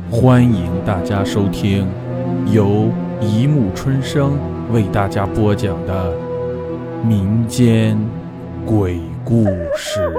欢迎大家收听由一木春生为大家播讲的民间鬼故事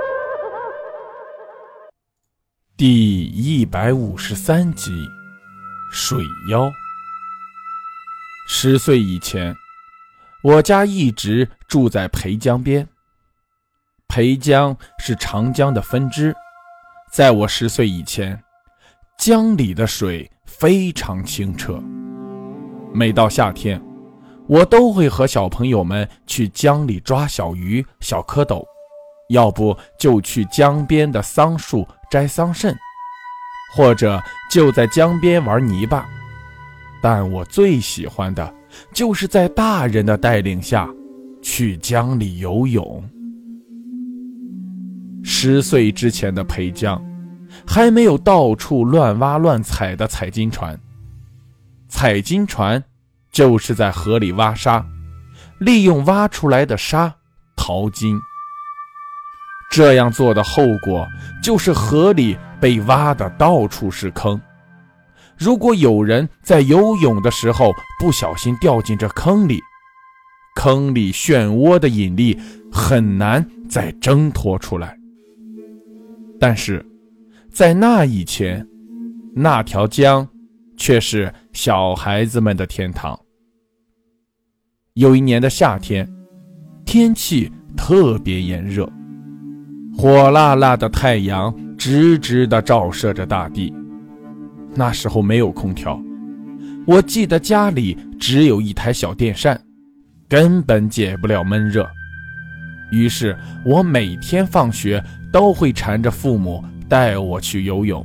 第153集水妖。10岁以前，我家一直住在裴江边。裴江是长江的分支，在我10岁以前，江里的水非常清澈。每到夏天，我都会和小朋友们去江里抓小鱼、小蝌蚪，要不就去江边的桑树摘桑葚，或者就在江边玩泥巴。但我最喜欢的就是在大人的带领下去江里游泳。10岁之前的裴江还没有到处乱挖乱采的采金船。采金船就是在河里挖沙，利用挖出来的沙淘金。这样做的后果就是河里被挖得到处是坑。如果有人在游泳的时候不小心掉进这坑里，坑里漩涡的引力很难再挣脱出来。但是在那以前，那条江却是小孩子们的天堂。有一年的夏天，天气特别炎热，火辣辣的太阳直直地照射着大地。那时候没有空调，我记得家里只有一台小电扇，根本解不了闷热。于是我每天放学都会缠着父母带我去游泳。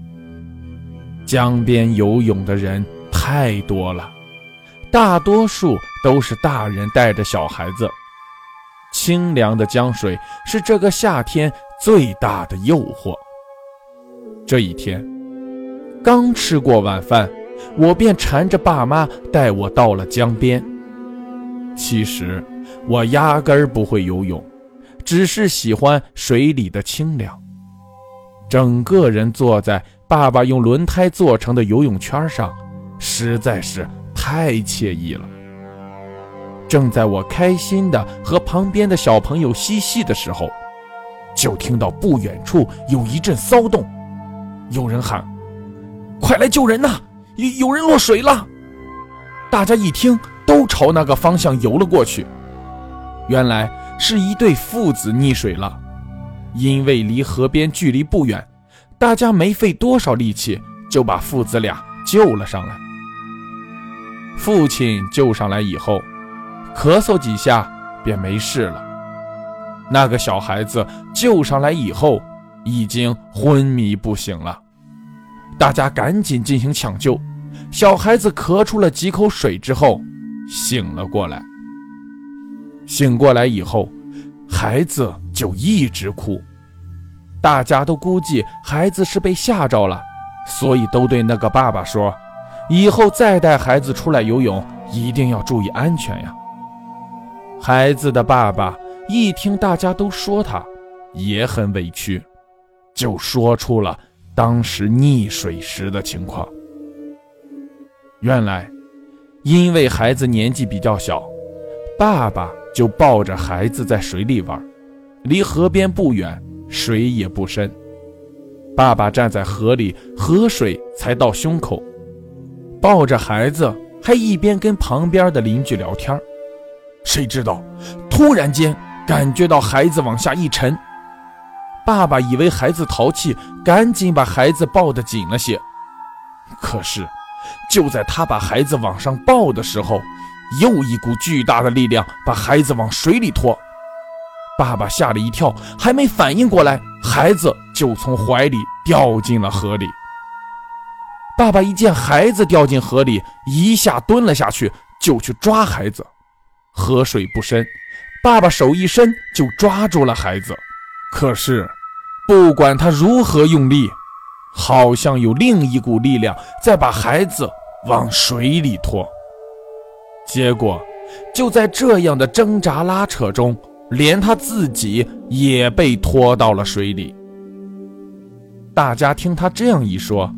江边游泳的人太多了，大多数都是大人带着小孩子。清凉的江水是这个夏天最大的诱惑。这一天，刚吃过晚饭，我便缠着爸妈带我到了江边。其实我压根儿不会游泳，只是喜欢水里的清凉。整个人坐在爸爸用轮胎做成的游泳圈上，实在是太惬意了。正在我开心的和旁边的小朋友嬉戏的时候，就听到不远处有一阵骚动，有人喊：快来救人呐，有人落水了！大家一听都朝那个方向游了过去。原来是一对父子溺水了。因为离河边距离不远，大家没费多少力气就把父子俩救了上来。父亲救上来以后，咳嗽几下便没事了。那个小孩子救上来以后已经昏迷不醒了。大家赶紧进行抢救，小孩子咳出了几口水之后醒了过来。醒过来以后，孩子就一直哭。大家都估计孩子是被吓着了，所以都对那个爸爸说，以后再带孩子出来游泳一定要注意安全呀。孩子的爸爸一听大家都说他，也很委屈，就说出了当时溺水时的情况。原来因为孩子年纪比较小，爸爸就抱着孩子在水里玩，离河边不远，水也不深。爸爸站在河里，河水才到胸口，抱着孩子还一边跟旁边的邻居聊天。谁知道突然间感觉到孩子往下一沉，爸爸以为孩子淘气，赶紧把孩子抱得紧了些。可是就在他把孩子往上抱的时候，又一股巨大的力量把孩子往水里拖。爸爸吓了一跳，还没反应过来，孩子就从怀里掉进了河里。爸爸一见孩子掉进河里，一下蹲了下去，就去抓孩子。河水不深，爸爸手一伸就抓住了孩子。可是不管他如何用力，好像有另一股力量在把孩子往水里拖。结果就在这样的挣扎拉扯中，连他自己也被拖到了水里。大家听他这样一说，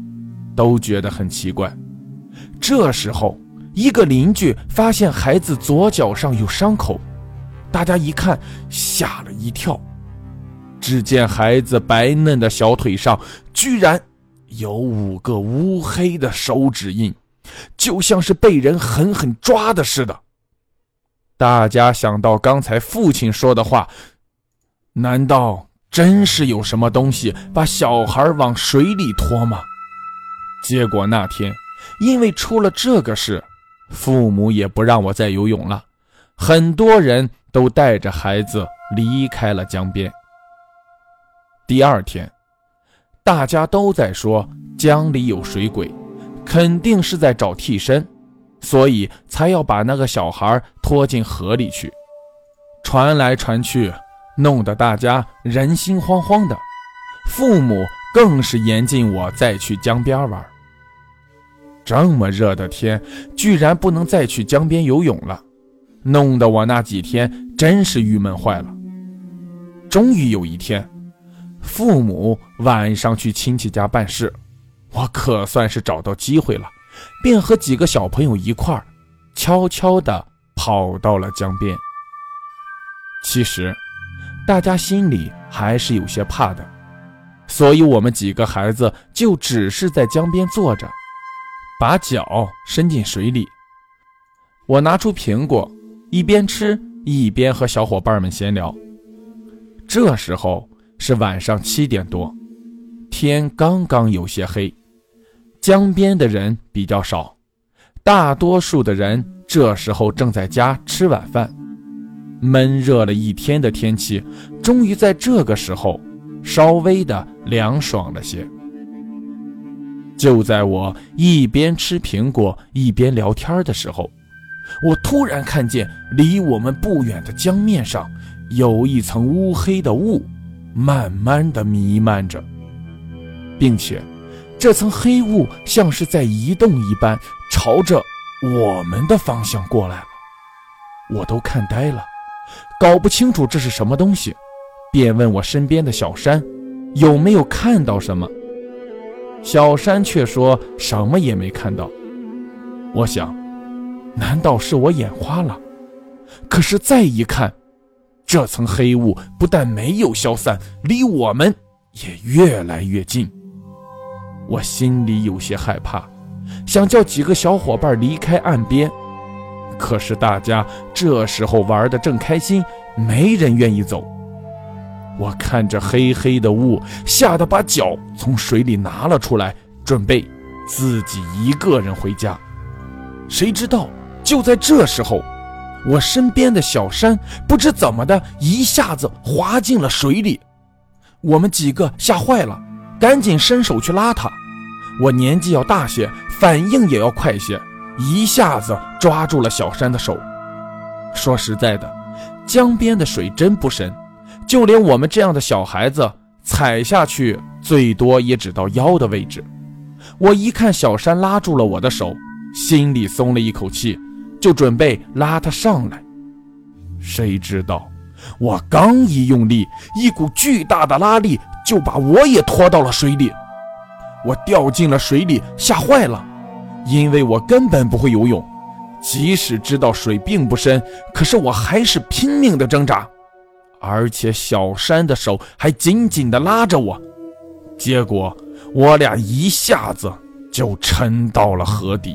都觉得很奇怪。这时候，一个邻居发现孩子左脚上有伤口，大家一看，吓了一跳。只见孩子白嫩的小腿上居然有5个乌黑的手指印，就像是被人狠狠抓的似的。大家想到刚才父亲说的话，难道真是有什么东西把小孩往水里拖吗？结果那天因为出了这个事，父母也不让我再游泳了，很多人都带着孩子离开了江边。第二天，大家都在说江里有水鬼，肯定是在找替身，所以才要把那个小孩拖进河里去。传来传去，弄得大家人心惶惶的，父母更是严禁我再去江边玩。这么热的天，居然不能再去江边游泳了，弄得我那几天真是郁闷坏了。终于有一天，父母晚上去亲戚家办事，我可算是找到机会了，便和几个小朋友一块儿悄悄地跑到了江边。其实大家心里还是有些怕的，所以我们几个孩子就只是在江边坐着，把脚伸进水里。我拿出苹果，一边吃一边和小伙伴们闲聊。这时候是晚上7点多，天刚刚有些黑，江边的人比较少，大多数的人这时候正在家吃晚饭。闷热了一天的天气，终于在这个时候稍微的凉爽了些。就在我一边吃苹果一边聊天的时候，我突然看见离我们不远的江面上有一层乌黑的雾慢慢的弥漫着，并且这层黑雾像是在移动一般朝着我们的方向过来了。我都看呆了，搞不清楚这是什么东西，便问我身边的小山有没有看到什么。小山却说什么也没看到。我想，难道是我眼花了？可是再一看，这层黑雾不但没有消散，离我们也越来越近。我心里有些害怕，想叫几个小伙伴离开岸边，可是大家这时候玩得正开心，没人愿意走。我看着黑黑的雾，吓得把脚从水里拿了出来，准备自己一个人回家。谁知道就在这时候，我身边的小山不知怎么的一下子滑进了水里。我们几个吓坏了，赶紧伸手去拉他。我年纪要大些，反应也要快些，一下子抓住了小山的手。说实在的，江边的水真不深，就连我们这样的小孩子踩下去最多也只到腰的位置。我一看小山拉住了我的手，心里松了一口气，就准备拉他上来。谁知道我刚一用力，一股巨大的拉力就把我也拖到了水里。我掉进了水里，吓坏了，因为我根本不会游泳，即使知道水并不深，可是我还是拼命地挣扎，而且小山的手还紧紧地拉着我。结果我俩一下子就沉到了河底。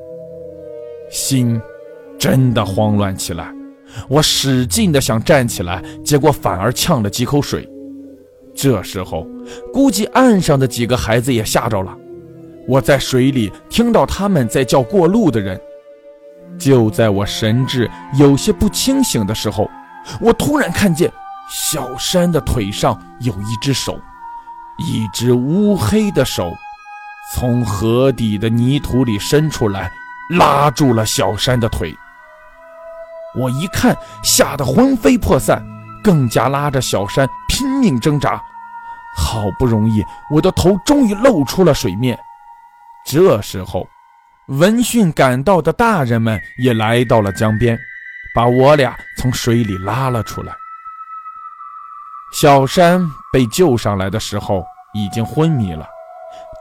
心真的慌乱起来，我使劲地想站起来，结果反而呛了几口水。这时候估计岸上的几个孩子也吓着了，我在水里听到他们在叫过路的人。就在我神志有些不清醒的时候，我突然看见小山的腿上有一只手，一只乌黑的手从河底的泥土里伸出来，拉住了小山的腿。我一看，吓得魂飞魄散，更加拉着小山拼命挣扎。好不容易，我的头终于露出了水面。这时候闻讯赶到的大人们也来到了江边，把我俩从水里拉了出来。小山被救上来的时候已经昏迷了，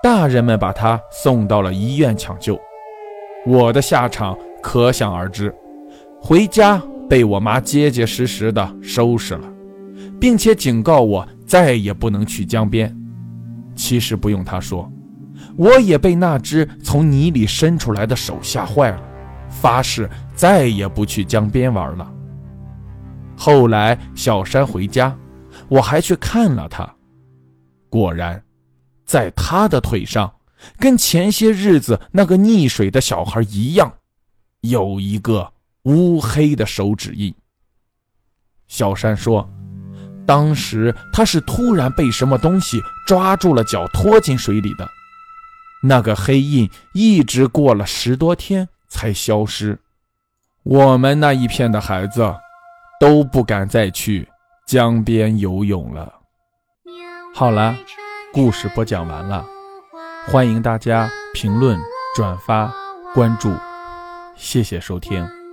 大人们把他送到了医院抢救。我的下场可想而知，回家被我妈结结实实地收拾了，并且警告我再也不能去江边。其实不用她说，我也被那只从泥里伸出来的手吓坏了，发誓再也不去江边玩了。后来小山回家，我还去看了他，果然在他的腿上跟前些日子那个溺水的小孩一样，有一个乌黑的手指印。小山说，当时他是突然被什么东西抓住了脚拖进水里的，那个黑印一直过了10多天才消失。我们那一片的孩子都不敢再去江边游泳了。好了，故事播讲完了，欢迎大家评论、转发、关注，谢谢收听。